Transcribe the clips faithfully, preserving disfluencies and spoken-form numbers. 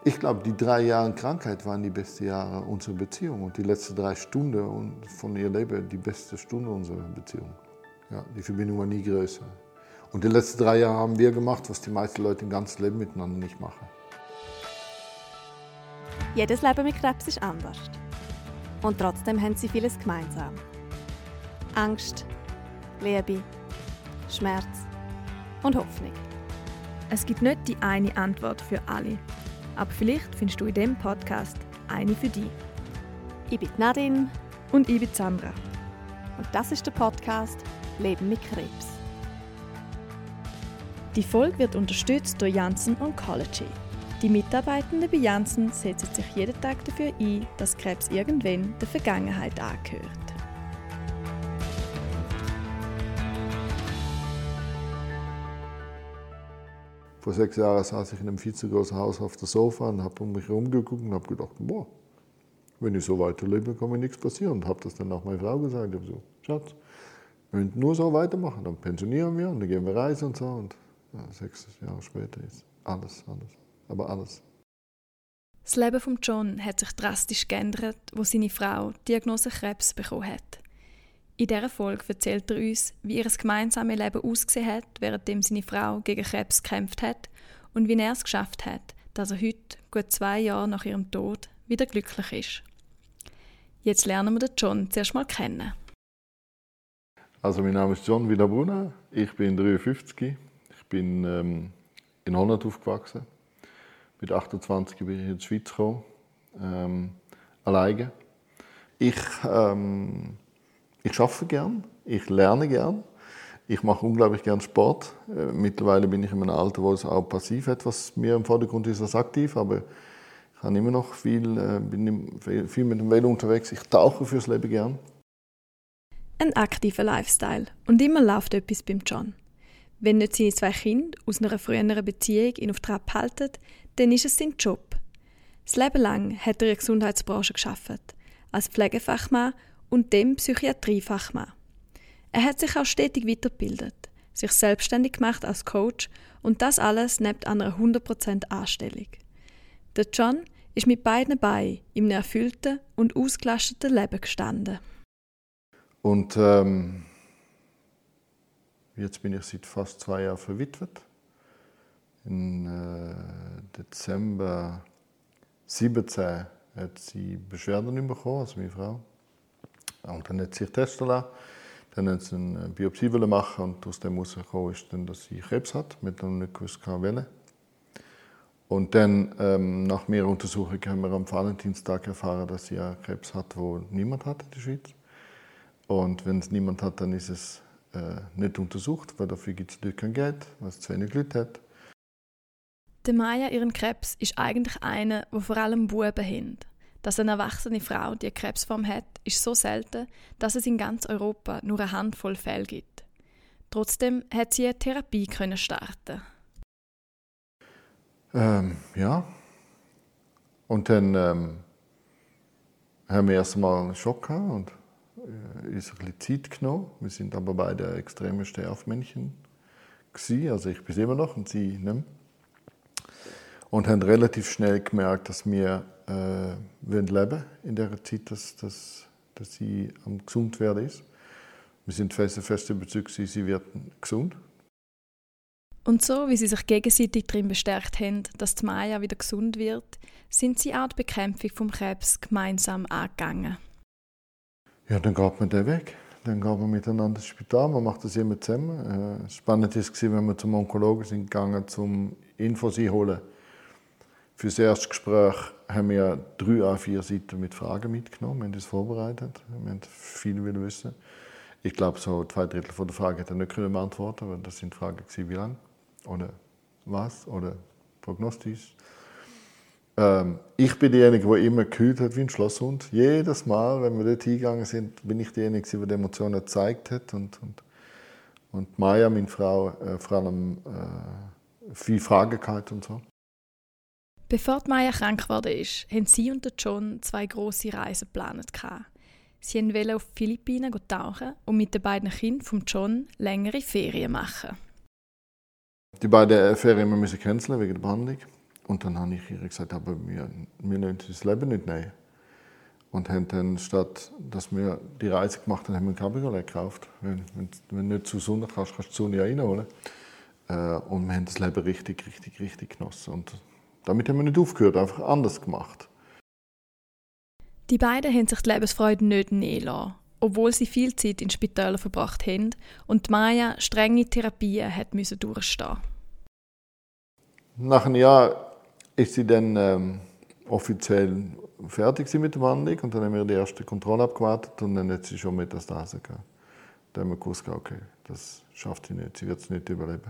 Ich glaube, die drei Jahre Krankheit waren die besten Jahre unserer Beziehung und die letzten drei Stunden von ihr Leben die beste Stunde unserer Beziehung. Ja, die Verbindung war nie größer. Und die letzten drei Jahre haben wir gemacht, was die meisten Leute im ganzen Leben miteinander nicht machen. Jedes Leben mit Krebs ist anders. Und trotzdem haben sie vieles gemeinsam. Angst, Liebe, Schmerz und Hoffnung. Es gibt nicht die eine Antwort für alle. Aber vielleicht findest du in diesem Podcast eine für dich. Ich bin Nadine. Und ich bin Sandra. Und das ist der Podcast «Leben mit Krebs». Die Folge wird unterstützt durch Janssen Oncology. Die Mitarbeitenden bei Janssen setzen sich jeden Tag dafür ein, dass Krebs irgendwann der Vergangenheit angehört. Vor sechs Jahren saß ich in einem viel zu großen Haus auf dem Sofa und habe um mich herum geguckt und habe gedacht, boah, wenn ich so weiterlebe, kann mir nichts passieren. Und habe das dann auch meiner Frau gesagt. Ich habe so, Schatz, wenn wir nur so weitermachen, dann pensionieren wir und dann gehen wir reisen und so. Und ja, sechs Jahre später ist alles, alles, aber alles. Das Leben von John hat sich drastisch geändert, als seine Frau die Diagnose Krebs bekommen hat. In dieser Folge erzählt er uns, wie ihr gemeinsames Leben ausgesehen hat, währenddem seine Frau gegen Krebs gekämpft hat und wie er es geschafft hat, dass er heute, gut zwei Jahre nach ihrem Tod, wieder glücklich ist. Jetzt lernen wir den John zuerst mal kennen. Also mein Name ist John Villabruna, ich bin dreiundfünfzig, ich bin ähm, in Holland aufgewachsen. Mit achtundzwanzig bin ich in die Schweiz gekommen, ähm, alleine. Ich... Ähm, Ich arbeite gern, ich lerne gern, ich mache unglaublich gern Sport. Mittlerweile bin ich in einem Alter, wo es auch passiv etwas mehr im Vordergrund ist als aktiv, aber ich habe immer noch viel, bin viel mit dem Velo unterwegs. Ich tauche fürs Leben gern. Ein aktiver Lifestyle und immer läuft etwas beim John. Wenn nicht seine zwei Kinder aus einer früheren Beziehung ihn auf Trab halten, dann ist es sein Job. Das Leben lang hat er in der Gesundheitsbranche gearbeitet, als Pflegefachmann und dem Psychiatriefachmann. Er hat sich auch stetig weitergebildet, sich selbstständig gemacht als Coach und das alles neben einer hundert Prozent Anstellung. Der John ist mit beiden Beinen in einem erfüllten und ausgelasteten Leben gestanden. Und ähm, jetzt bin ich seit fast zwei Jahren verwitwet. Im äh, Dezember siebzehn hat sie Beschwerden bekommen, also meine Frau. Und dann hat sie sich testen lassen, dann hat sie eine Biopsie machen und aus dem herausgekommen ist dann, dass sie Krebs hat. Wir haben noch nicht gewusst, welche. Und dann, ähm, nach mehreren Untersuchungen, haben wir am Valentinstag erfahren, dass sie einen Krebs hat, den niemand hat in der Schweiz. Und wenn es niemand hat, dann ist es äh, nicht untersucht, weil dafür gibt es natürlich kein Geld, weil es zu wenig Leute hat. Der Maya, ihren Krebs, ist eigentlich einer, der vor allem Buben haben. Dass eine erwachsene Frau die Krebsform hat, ist so selten, dass es in ganz Europa nur eine Handvoll Fälle gibt. Trotzdem hat sie eine Therapie können starten. Ähm, ja. Und dann ähm, haben wir erst mal einen Schock gehabt und äh, uns ein bisschen Zeit genommen. Wir sind aber beide extreme Stehaufmännchen gewesen. Also ich bin immer noch und sie nicht mehr. Und haben relativ schnell gemerkt, dass wir äh, leben wollen in der Zeit, dass, dass, dass sie am gesund werden ist. Wir sind fest, fest überzeugt, sie wird gesund. Und so, wie sie sich gegenseitig darin bestärkt haben, dass die Maya wieder gesund wird, sind sie auch die Bekämpfung vom Krebs gemeinsam angegangen. Ja, dann geht man den Weg. Dann geht man miteinander ins Spital, man macht das immer zusammen. Äh, spannend war es, wenn wir zum Onkologen sind gegangen, zum Infos einholen. Für das erste Gespräch haben wir drei A vier Seiten mit Fragen mitgenommen. Wir haben das vorbereitet. Wir wollten viel wissen. Ich glaube, so zwei Drittel der Fragen hat er nicht beantworten, weil das sind Fragen wie lange oder was oder prognostisch. Ähm, ich bin diejenige, die immer gekühlt hat wie ein Schlosshund. Jedes Mal, wenn wir dort hingegangen sind, bin ich diejenige, die die Emotionen gezeigt hat. Und, und, und Maya, meine Frau, äh, vor allem äh, viele Fragen gehabt und so. Bevor die Maya krank geworden ist, haben sie und John zwei grosse Reisen geplant. Sie wollten auf die Philippinen tauchen und mit den beiden Kindern von John längere Ferien machen. Die beiden Ferien müssen canceln wegen der Behandlung. Und dann habe ich ihr gesagt, aber wir, wir lassen uns das Leben nicht nehmen. Und haben dann, statt dass wir die Reise gemacht haben, haben wir ein Cabriolet gekauft. Wenn, wenn, wenn du nicht zur Sonne kannst, kannst du die Sonne ja reinholen. Äh, und wir haben das Leben richtig, richtig, richtig genossen. Und damit haben wir nicht aufgehört, einfach anders gemacht. Die beiden haben sich die Lebensfreude nicht nehmen lassen, obwohl sie viel Zeit in Spitälern verbracht haben und Maya strenge Therapien hat müssen durchstehen. Nach einem Jahr ist sie dann ähm, offiziell fertig mit der Behandlung und dann haben wir die erste Kontrolle abgewartet und dann hat sie schon Metastasen gehabt. Dann haben wir gewusst, okay, das schafft sie nicht, sie wird es nicht überleben.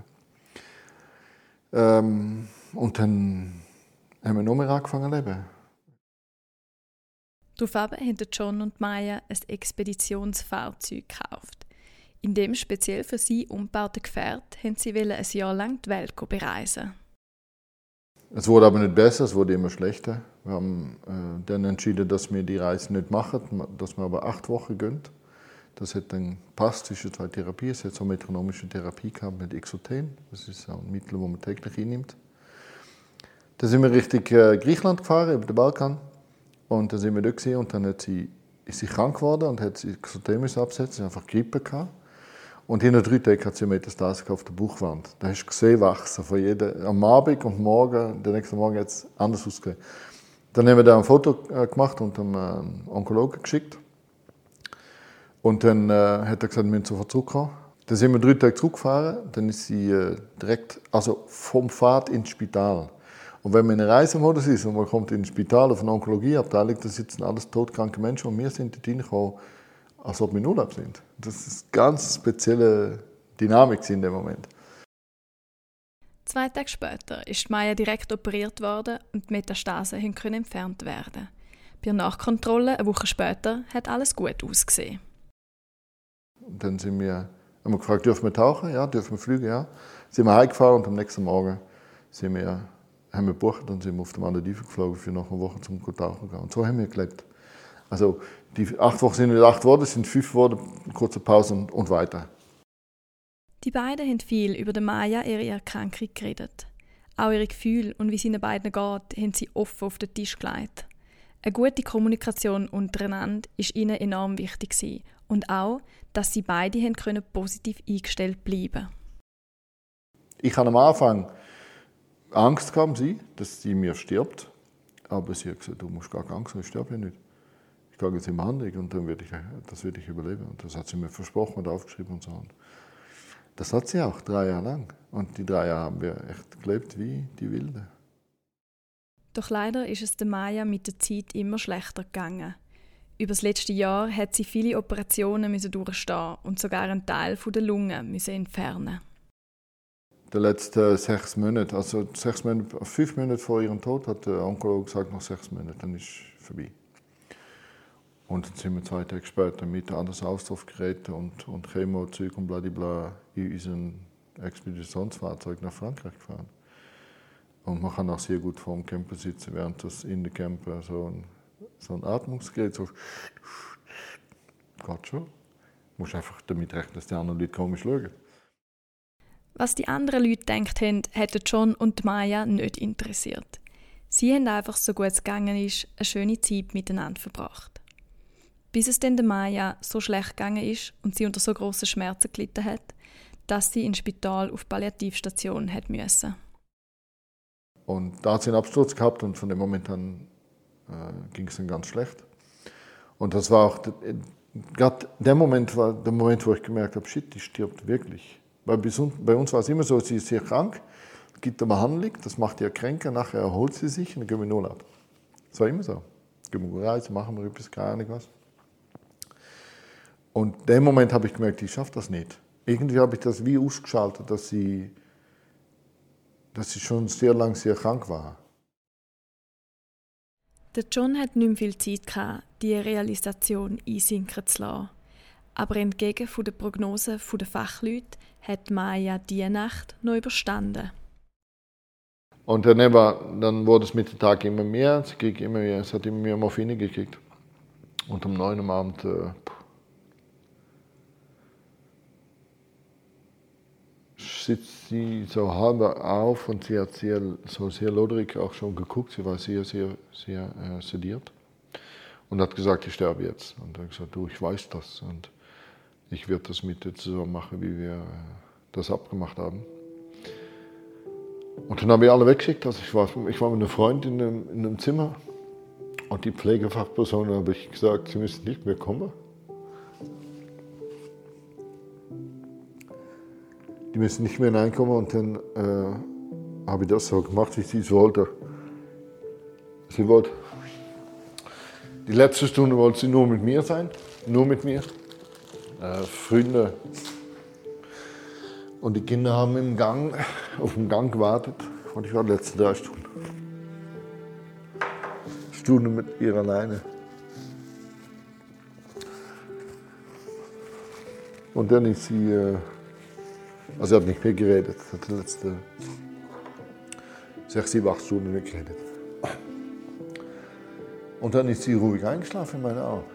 Ähm, und dann haben wir noch mehr angefangen zu leben. Daraufhin haben John und Maya ein Expeditionsfahrzeug gekauft. In dem speziell für sie umgebauten Gefährt wollten sie ein Jahr lang die Welt bereisen. Es wurde aber nicht besser, es wurde immer schlechter. Wir haben äh, dann entschieden, dass wir die Reise nicht machen, dass wir aber acht Wochen gehen. Das hat dann gepasst zwischen zwei Therapien. Es hat so eine metronomische Therapie gehabt mit Exothen. Das ist ein Mittel, das man täglich einnimmt. Dann sind wir Richtung äh, Griechenland gefahren, über den Balkan. Und dann sind wir dort gewesen, und dann hat sie, ist sie krank geworden und hat sie Exothen absetzen. Sie hat einfach Grippe gehabt. Und in drei Tagen hat sie Metastasen auf der Bauchwand. Da hast du gesehen, wachsen von jedem, am Abend und morgen, den nächsten Morgen hat es anders ausgesehen. Dann haben wir da ein Foto gemacht und einem äh, Onkologen geschickt. Und dann äh, hat er gesagt, wir müssen sofort zurückkommen. Dann sind wir drei Tage zurückgefahren. Dann ist sie äh, direkt, also vom Fahrt ins Spital. Und wenn man in einem Reisemodus ist und man kommt ins Spital auf eine Onkologieabteilung, da sitzen alles todkranke Menschen und wir sind dort reingekommen, als ob wir in Urlaub sind. Das ist eine ganz spezielle Dynamik in dem Moment. Zwei Tage später ist Maya direkt operiert worden und die Metastasen können entfernt werden. Bei der Nachkontrolle, eine Woche später, hat alles gut ausgesehen. Dann sind wir, haben wir gefragt, dürfen wir tauchen? Ja, dürfen wir fliegen? Ja. Sind wir heimgefahren und am nächsten Morgen sind wir, haben wir gebucht und sind wir auf die Malediven geflogen für noch eine Woche zum Tauchen gehen. Und so haben wir gelebt. Also die acht Wochen sind nicht acht geworden, es sind fünf geworden, kurze Pause und, und weiter. Die beiden haben viel über die Maya ihre Erkrankung geredet. Auch ihre Gefühle und wie es ihnen beiden geht, haben sie offen auf den Tisch gelegt. Eine gute Kommunikation untereinander war ihnen enorm wichtig gewesen. Und auch, dass sie beide haben können positiv eingestellt bleiben. Ich hatte am Anfang Angst gehabt, sie, dass sie mir stirbt. Aber sie hat gesagt, du musst gar keine Angst haben, ich sterbe ja nicht. Ich gehe jetzt in Behandlung und dann werde ich, das werde ich überleben. Und das hat sie mir versprochen und aufgeschrieben und so. Und das hat sie auch, drei Jahre lang. Und die drei Jahre haben wir echt gelebt wie die Wilde. Doch leider ist es der Maya mit der Zeit immer schlechter gegangen. Über das letzte Jahr hat sie viele Operationen müssen durchstehen und sogar einen Teil der Lunge müssen entfernen. Die letzten sechs Monate, also sechs Monate, fünf Monate vor ihrem Tod, hat der Onkologe gesagt, noch sechs Monate, dann ist es vorbei. Und dann sind wir zwei Tage später mit anderen Sauerstoffgeräten und, und Chemozeug und blablabla in unserem Expeditionsfahrzeug nach Frankreich gefahren. Und man kann auch sehr gut vor dem Camper sitzen, während das in der Camper so ein, so ein Atmungsgerät so geht schon. Du musst einfach damit rechnen, dass die anderen Leute komisch schauen. Was die anderen Leute gedacht haben, hätte John und Maya nicht interessiert. Sie haben einfach, so gut es gegangen ist, eine schöne Zeit miteinander verbracht. Bis es dann der Maya so schlecht gegangen ist und sie unter so grossen Schmerzen gelitten hat, dass sie ins Spital auf Palliativstation hat müssen. Und da hat sie einen Absturz gehabt und von dem Moment an äh, ging es dann ganz schlecht. Und das war auch, gerade der Moment war der Moment, wo ich gemerkt habe, shit, die stirbt wirklich. Weil bei uns war es immer so, sie ist sehr krank, gibt eine Behandlung, das macht ihr kränker, nachher erholt sie sich und dann gehen wir in Urlaub. Das war immer so. Gehen wir reisen, machen wir etwas, keine Ahnung was. Und in dem Moment habe ich gemerkt, ich schaffe das nicht. Irgendwie habe ich das wie ausgeschaltet, dass sie, dass sie schon sehr lange sehr krank war. Der John hat nicht mehr viel Zeit gehabt, diese Realisation einsinken zu lassen. Aber entgegen der Prognosen der Fachleute hat Maya diese Nacht noch überstanden. Und dann, eben, dann wurde es mit dem Tag immer mehr, sie kriegt immer mehr, es hat immer mehr Morphine gekriegt. Und um neun Uhr am Abend äh, sitzt sie so halb auf und sie hat sehr, so sehr loderig auch schon geguckt. Sie war sehr, sehr, sehr äh, sediert und hat gesagt, ich sterbe jetzt. Und dann gesagt, du, ich weiß das und ich werde das mit dir zusammen machen, wie wir äh, das abgemacht haben. Und dann habe ich alle weggeschickt. Also ich war, ich war mit einem Freund in einem, in einem Zimmer und die Pflegefachperson habe ich gesagt, sie müssen nicht mehr kommen. Die müssen nicht mehr hineinkommen und dann äh, habe ich das so gemacht, wie sie es wollte. Sie wollte, die letzte Stunde wollte sie nur mit mir sein, nur mit mir. Äh, Freunde. Und die Kinder haben im Gang, auf dem Gang gewartet und ich war die letzten drei Stunden. Stunde mit ihr alleine. Und dann ist sie, äh, also sie hat nicht mehr geredet, sie hat die letzten sechs, sieben, acht Stunden nicht geredet. Und dann ist sie ruhig eingeschlafen in meinen Armen.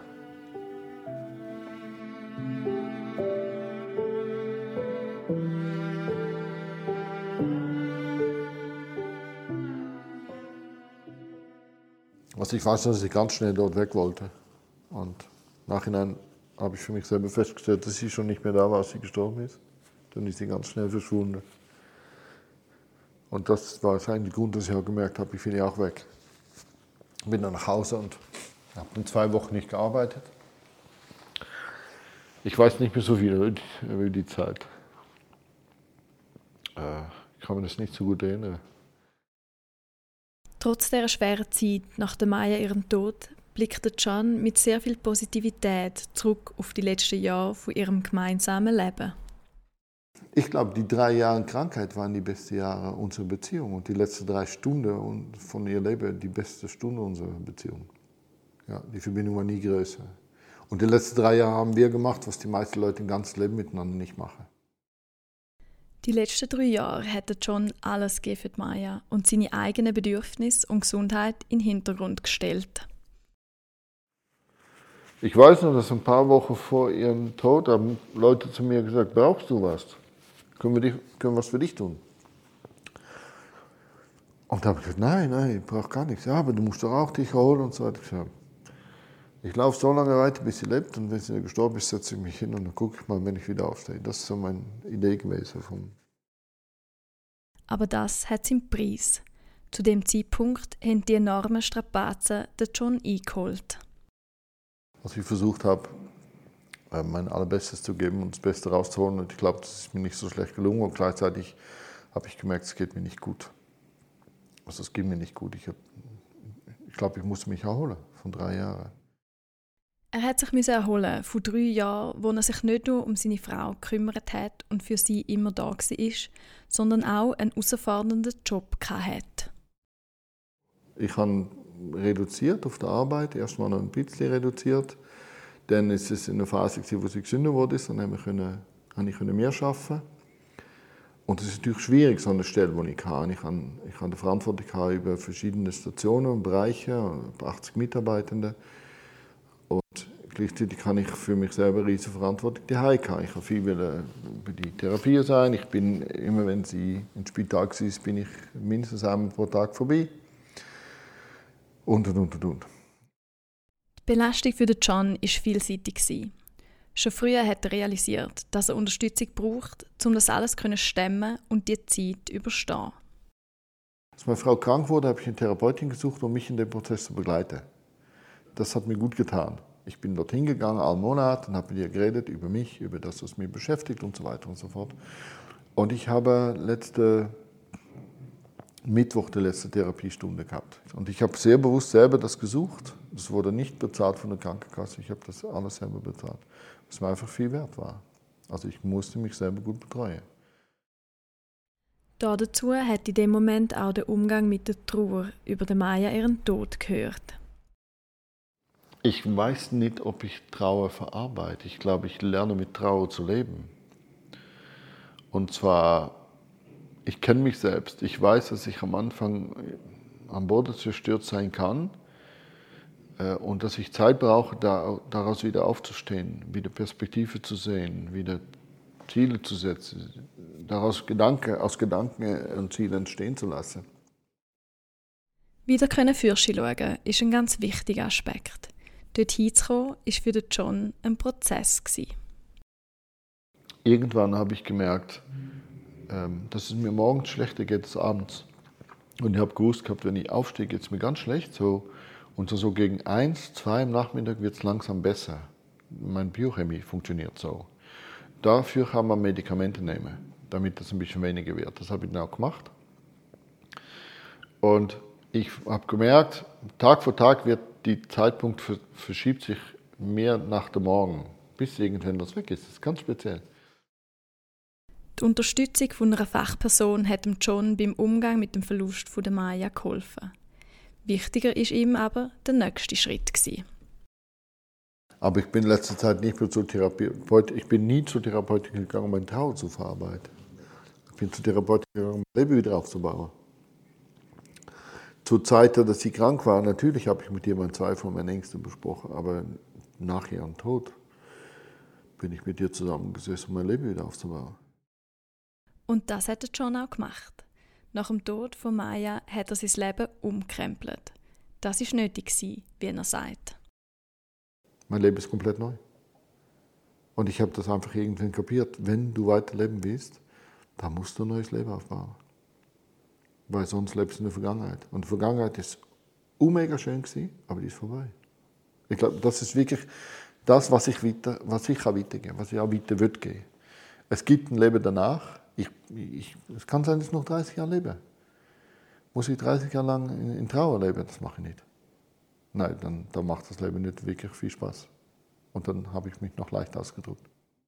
Also ich weiß, dass ich ganz schnell dort weg wollte. Und im Nachhinein habe ich für mich selber festgestellt, dass sie schon nicht mehr da war, als sie gestorben ist. Dann ist sie ganz schnell verschwunden. Und das war eigentlich der Grund, dass ich auch gemerkt habe, ich bin ja auch weg. Ich bin dann nach Hause und habe dann zwei Wochen nicht gearbeitet. Ich weiß nicht mehr so viel über die Zeit. Ich kann mir das nicht so gut erinnern. Trotz dieser schweren Zeit nach der Maya ihrem Tod blickte Can mit sehr viel Positivität zurück auf die letzten Jahre von ihrem gemeinsamen Leben. Ich glaube, die drei Jahre Krankheit waren die besten Jahre unserer Beziehung und die letzten drei Stunden von ihr Leben die beste Stunde unserer Beziehung. Ja, die Verbindung war nie größer. Und die letzten drei Jahre haben wir gemacht, was die meisten Leute im ganzen Leben miteinander nicht machen. Die letzten drei Jahre hätte Can alles gegeben für die Maya und seine eigenen Bedürfnisse und Gesundheit in den Hintergrund gestellt. Ich weiß noch, dass ein paar Wochen vor ihrem Tod haben Leute zu mir gesagt, brauchst du was? Können wir, dich, können wir was für dich tun? Und da habe ich gesagt, nein, nein, ich brauche gar nichts. Ja, aber du musst doch auch dich erholen und so weiter. Ich laufe so lange weiter, bis sie lebt und wenn sie gestorben ist, setze ich mich hin und dann gucke ich mal, wenn ich wieder aufstehe. Das ist so meine Idee gewesen. Vom Aber das hat seinen Preis. Zu dem Zeitpunkt haben die enormen Strapazen den Can eingeholt. Was ich versucht habe, mein Allerbestes zu geben und das Beste rauszuholen. Und ich glaube, das ist mir nicht so schlecht gelungen. Und gleichzeitig habe ich gemerkt, es geht mir nicht gut. Also es geht mir nicht gut. Ich, hab, ich glaube, ich musste mich erholen von drei Jahren. Er hat sich erholen von drei Jahren, wo er sich nicht nur um seine Frau gekümmert hat und für sie immer da war, sondern auch einen herausfordernden Job hatte. Ich habe reduziert auf der Arbeit, erst mal noch ein bisschen reduziert. Dann ist es in einer Phase, wo sie gesünder wurde, und dann konnte ich mehr arbeiten. Und es ist natürlich schwierig, so eine Stelle, die ich habe. Ich habe, ich habe die Verantwortung über verschiedene Stationen und Bereiche, über achtzig Mitarbeitende. Und gleichzeitig kann ich für mich selber eine riesige Verantwortung daheim haben. Ich kann viel über die Therapie sein. Ich bin, immer wenn sie im Spital war, bin ich mindestens einmal pro Tag vorbei. Und, und, und, und. Die Belastung für den Can war vielseitig. Schon früher hat er realisiert, dass er Unterstützung braucht, um das alles zu stemmen und die Zeit zu überstehen. Als meine Frau krank wurde, habe ich eine Therapeutin gesucht, um mich in den Prozess zu begleiten. Das hat mir gut getan. Ich bin dorthin gegangen, alle Monate, und habe mit ihr geredet über mich, über das, was mich beschäftigt und so weiter und so fort. Und ich habe letzte Mittwoch die letzte Therapiestunde gehabt. Und ich habe sehr bewusst selber das gesucht. Das wurde nicht bezahlt von der Krankenkasse. Ich habe das alles selber bezahlt, was mir einfach viel wert war. Also ich musste mich selber gut betreuen. Dazu hat in dem Moment auch der Umgang mit der Trauer über den Maya ihren Tod gehört. Ich weiß nicht, ob ich Trauer verarbeite. Ich glaube, ich lerne mit Trauer zu leben. Und zwar, ich kenne mich selbst. Ich weiß, dass ich am Anfang am Boden zerstört sein kann äh, und dass ich Zeit brauche, da, daraus wieder aufzustehen, wieder Perspektive zu sehen, wieder Ziele zu setzen, daraus Gedanken, aus Gedanken und Zielen entstehen zu lassen. Wieder können Fürschi schauen, ist ein ganz wichtiger Aspekt. Dort hinzukommen, war für den John ein Prozess gewesen. Irgendwann habe ich gemerkt, ähm, dass es mir morgens schlechter geht als abends. Und ich habe gewusst gehabt, wenn ich aufstehe, geht es mir ganz schlecht. So, und so gegen eins, zwei am Nachmittag wird es langsam besser. Meine Biochemie funktioniert so. Dafür kann man Medikamente nehmen, damit es ein bisschen weniger wird. Das habe ich dann auch gemacht. Und ich habe gemerkt, Tag für Tag wird die Zeitpunkt verschiebt sich mehr nach dem Morgen, bis irgendwann das weg ist. Das ist ganz speziell. Die Unterstützung von einer Fachperson hat dem John beim Umgang mit dem Verlust von der Maya geholfen. Wichtiger ist ihm aber der nächste Schritt gewesen. Aber ich bin in letzter Zeit nicht mehr zur Therapeutin. Ich bin nie zur Therapeutin gegangen, um meine Trauer zu verarbeiten. Ich bin zur Therapeutin gegangen, um mein Leben wieder aufzubauen. Zur Zeit, dass sie krank war, natürlich habe ich mit ihr meinen Zweifel und meine Ängste besprochen, aber nach ihrem Tod bin ich mit ihr zusammengesessen, um mein Leben wieder aufzubauen. Und das hat John auch gemacht. Nach dem Tod von Maya hat er sein Leben umkrempelt. Das war nötig, wie er sagt. Mein Leben ist komplett neu. Und ich habe das einfach irgendwann kapiert. Wenn du weiterleben willst, dann musst du ein neues Leben aufbauen. Weil sonst lebst du in der Vergangenheit. Und die Vergangenheit ist mega schön gewesen, aber die ist vorbei. Ich glaube, das ist wirklich das, was ich, weiter, was ich auch weitergebe, was ich auch weiter würde gehen. Es gibt ein Leben danach. Ich, ich, es kann sein, dass ich noch dreißig Jahre lebe. Muss ich dreißig Jahre lang in, in Trauer leben? Das mache ich nicht. Nein, dann, dann macht das Leben nicht wirklich viel Spaß. Und dann habe ich mich noch leicht ausgedrückt.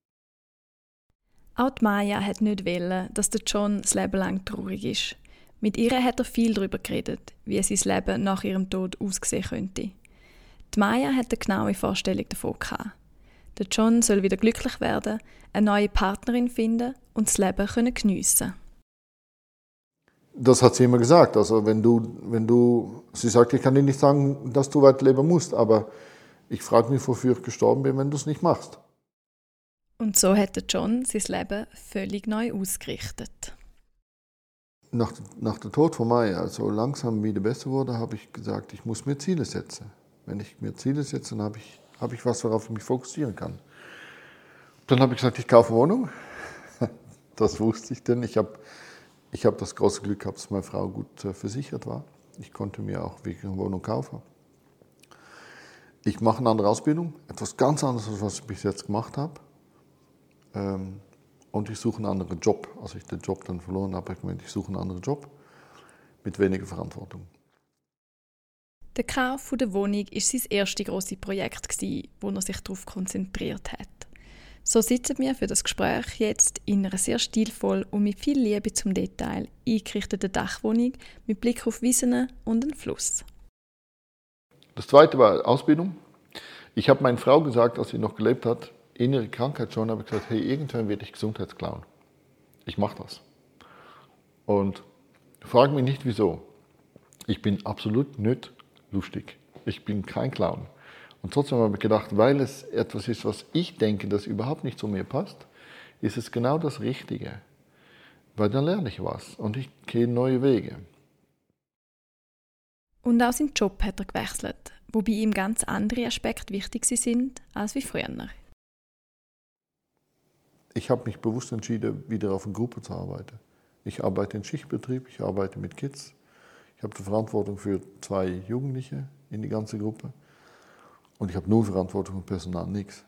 Auch die Maya hat nicht wollen, dass der John das Leben lang traurig ist. Mit ihr hat er viel darüber geredet, wie sein Leben nach ihrem Tod aussehen könnte. Die Maya hat eine genaue Vorstellung davon gehabt. Der John soll wieder glücklich werden, eine neue Partnerin finden und das Leben können geniessen. Das hat sie immer gesagt. Also wenn du, wenn du, sie sagt, ich kann dir nicht sagen, dass du weiterleben musst, aber ich frage mich, wofür ich gestorben bin, wenn du es nicht machst. Und so hat der John sein Leben völlig neu ausgerichtet. Nach, nach dem Tod von Maya, also langsam wieder besser wurde, habe ich gesagt, ich muss mir Ziele setzen. Wenn ich mir Ziele setze, dann habe ich, habe ich was, worauf ich mich fokussieren kann. Dann habe ich gesagt, ich kaufe eine Wohnung. Das wusste ich denn. Ich habe Ich habe das große Glück gehabt, dass meine Frau gut äh, versichert war. Ich konnte mir auch wirklich eine Wohnung kaufen. Ich mache eine andere Ausbildung, etwas ganz anderes, als was ich bis jetzt gemacht habe. Ähm, und ich suche einen anderen Job. Als ich den Job dann verloren habe, habe ich gemeint, ich suche einen anderen Job mit weniger Verantwortung. Der Kauf der Wohnung war sein erstes grosses Projekt, wo er sich darauf konzentriert hat. So sitzen wir für das Gespräch jetzt in einer sehr stilvoll und mit viel Liebe zum Detail eingerichteten Dachwohnung mit Blick auf Wiesen und einen Fluss. Das zweite war Ausbildung. Ich habe meiner Frau gesagt, als sie noch gelebt hat, in ihrer Krankheit schon, habe ich gesagt, hey, irgendwann werde ich Gesundheitsclown. Ich mache das. Und frage mich nicht, wieso. Ich bin absolut nicht lustig. Ich bin kein Clown. Und trotzdem habe ich gedacht, weil es etwas ist, was ich denke, das überhaupt nicht zu mir passt, ist es genau das Richtige. Weil dann lerne ich was und ich gehe neue Wege. Und auch seinen Job hat er gewechselt, wobei ihm ganz andere Aspekte wichtig sind als wie früher. Ich habe mich bewusst entschieden, wieder auf eine Gruppe zu arbeiten. Ich arbeite in Schichtbetrieb, ich arbeite mit Kids. Ich habe die Verantwortung für zwei Jugendliche in die ganze Gruppe. Und ich habe nur Verantwortung für Personal, nichts.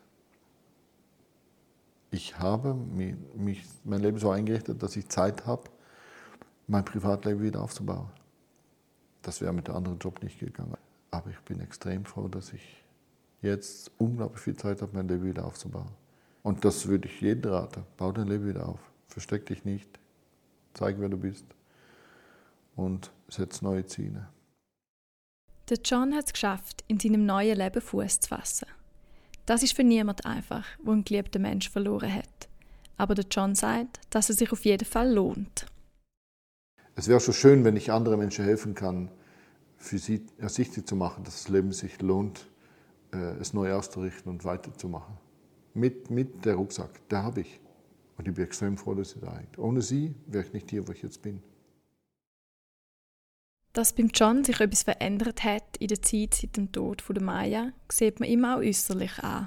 Ich habe mich, mich, mein Leben so eingerichtet, dass ich Zeit habe, mein Privatleben wieder aufzubauen. Das wäre mit dem anderen Job nicht gegangen. Aber ich bin extrem froh, dass ich jetzt unglaublich viel Zeit habe, mein Leben wieder aufzubauen. Und das würde ich jedem raten. Bau dein Leben wieder auf. Versteck dich nicht. Zeig, wer du bist. Und setz neue Ziele. Der John hat es geschafft, in seinem neuen Leben Fuß zu fassen. Das ist für niemand einfach, der einen geliebten Menschen verloren hat. Aber der John sagt, dass es sich auf jeden Fall lohnt. Es wäre schon schön, wenn ich anderen Menschen helfen kann, für sie ersichtlich zu machen, dass das Leben sich lohnt, es neu auszurichten und weiterzumachen. Mit, mit der Rucksack, der habe ich. Und ich bin extrem froh, dass sie da ist. Ohne sie wäre ich nicht hier, wo ich jetzt bin. Dass beim John sich etwas verändert hat in der Zeit seit dem Tod von der Maya, sieht man ihm auch äußerlich an.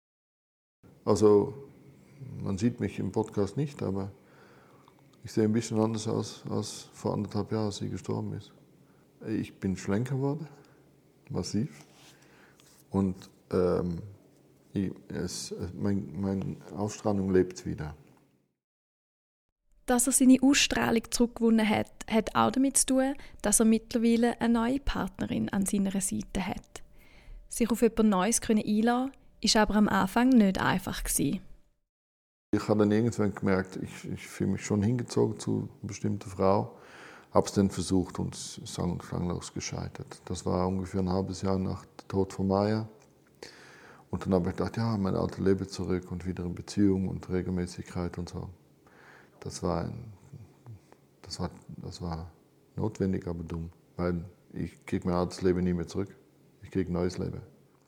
Also, man sieht mich im Podcast nicht, aber ich sehe ein bisschen anders aus als vor anderthalb Jahren, als sie gestorben ist. Ich bin schlanker geworden, massiv. Und ähm, ich, es, mein, meine Ausstrahlung lebt wieder. Dass er seine Ausstrahlung zurückgewonnen hat, hat auch damit zu tun, dass er mittlerweile eine neue Partnerin an seiner Seite hat. Sich auf etwas Neues einlassen, war aber am Anfang nicht einfach gewesen. Ich habe dann irgendwann gemerkt, ich, ich fühle mich schon hingezogen zu einer bestimmten Frau. Habe es dann versucht und sang- und klanglos gescheitert. Das war ungefähr ein halbes Jahr nach dem Tod von Maya. Und dann habe ich gedacht, ja, mein altes Leben zurück und wieder in Beziehung und Regelmäßigkeit und so. Das war, ein, das war, das war notwendig, aber dumm, weil ich kriege mein altes Leben nie mehr zurück. Ich kriege ein neues Leben.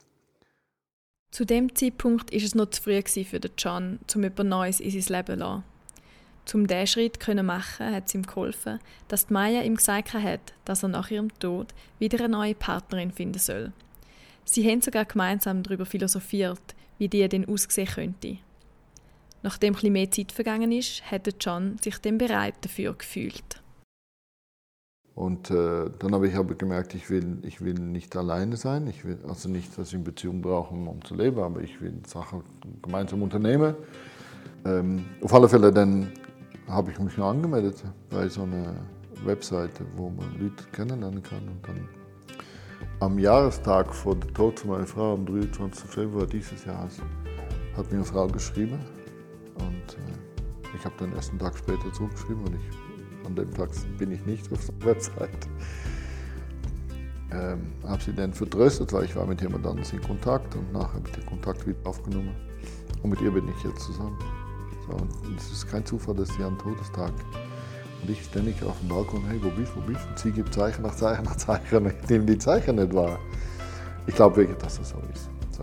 Zu dem Zeitpunkt war es noch zu früh für den John, um etwas Neues in sein Leben zu lassen. Um diesen Schritt zu machen, hat es ihm geholfen, dass die Maya ihm gesagt hat, dass er nach ihrem Tod wieder eine neue Partnerin finden soll. Sie haben sogar gemeinsam darüber philosophiert, wie die denn aussehen könnte. Nachdem etwas mehr Zeit vergangen ist, hat John sich dann bereit dafür gefühlt. Und äh, dann habe ich aber gemerkt, ich will, ich will nicht alleine sein. Ich will also nicht, dass ich eine Beziehung brauche, um zu leben, aber ich will Sachen gemeinsam unternehmen. Ähm, auf alle Fälle dann habe ich mich noch angemeldet bei so einer Webseite, wo man Leute kennenlernen kann. Und dann am Jahrestag vor dem Tod von meiner Frau, am dreiundzwanzigsten Februar dieses Jahres, hat mir eine Frau geschrieben. Und äh, ich habe dann erst einen Tag später zurückgeschrieben und ich, an dem Tag bin ich nicht auf der Website. Ähm, habe sie dann vertröstet, weil ich war mit jemand anderes in Kontakt und nachher habe ich den Kontakt wieder aufgenommen. Und mit ihr bin ich jetzt zusammen. So, und es ist kein Zufall, dass sie am Todestag und ich ständig auf dem Balkon, hey, wo bist du, wo bist du? Und sie gibt Zeichen nach Zeichen nach Zeichen und ich nehme die Zeichen nicht wahr. Ich glaube wirklich, dass das so ist. So.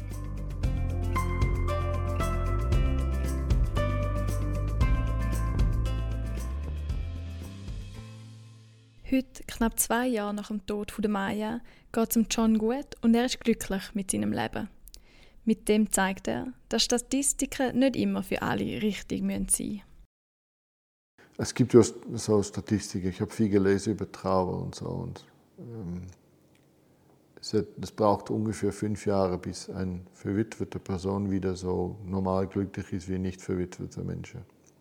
Heute, knapp zwei Jahre nach dem Tod von Maya, geht es dem John gut und er ist glücklich mit seinem Leben. Mit dem zeigt er, dass Statistiken nicht immer für alle richtig sein müssen. Es gibt ja so Statistiken, ich habe viel gelesen über Trauer und so. Und, ähm, es, hat, es braucht ungefähr fünf Jahre, bis eine verwitwete Person wieder so normal glücklich ist wie nicht verwitwete Menschen.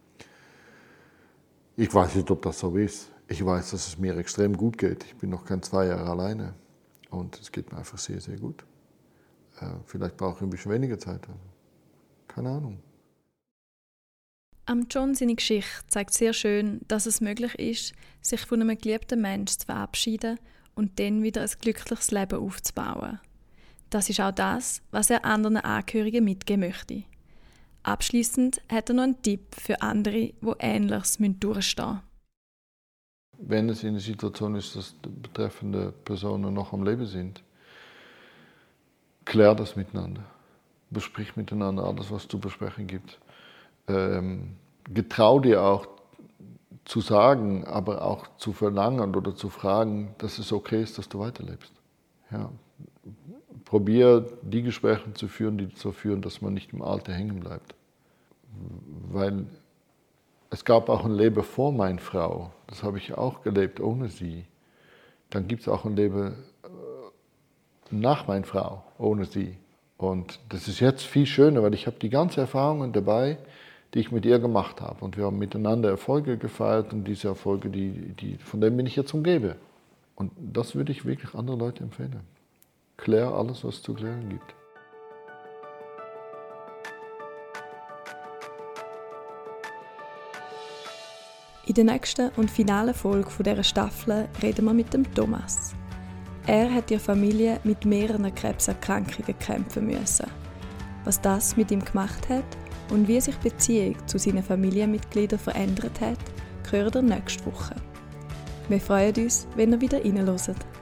Ich weiß nicht, ob das so ist. Ich weiß, dass es mir extrem gut geht. Ich bin noch kein zwei Jahre alleine und es geht mir einfach sehr, sehr gut. Äh, vielleicht brauche ich ein bisschen weniger Zeit. Keine Ahnung. Am John seine Geschichte zeigt sehr schön, dass es möglich ist, sich von einem geliebten Menschen zu verabschieden und dann wieder ein glückliches Leben aufzubauen. Das ist auch das, was er anderen Angehörigen mitgeben möchte. Abschließend hat er noch einen Tipp für andere, die Ähnliches durchstehen müssen. Wenn es in der Situation ist, dass die betreffende Personen noch am Leben sind, klär das miteinander. Besprich miteinander alles, was es zu besprechen gibt. Ähm, getrau dir auch zu sagen, aber auch zu verlangen oder zu fragen, dass es okay ist, dass du weiterlebst. Ja. Probier die Gespräche zu führen, die dazu führen, dass man nicht im Alter hängen bleibt. Weil es gab auch ein Leben vor meiner Frau, das habe ich auch gelebt ohne sie. Dann gibt es auch ein Leben nach meiner Frau ohne sie. Und das ist jetzt viel schöner, weil ich habe die ganzen Erfahrungen dabei, die ich mit ihr gemacht habe. Und wir haben miteinander Erfolge gefeiert und diese Erfolge, die, die, von denen bin ich jetzt umgeben. Und das würde ich wirklich anderen Leuten empfehlen. Klär alles, was es zu klären gibt. In der nächsten und finalen Folge dieser Staffel reden wir mit dem Thomas. Er hat in der Familie mit mehreren Krebserkrankungen kämpfen müssen. Was das mit ihm gemacht hat und wie sich die Beziehung zu seinen Familienmitgliedern verändert hat, hören wir nächste Woche. Wir freuen uns, wenn ihr wieder reinhört.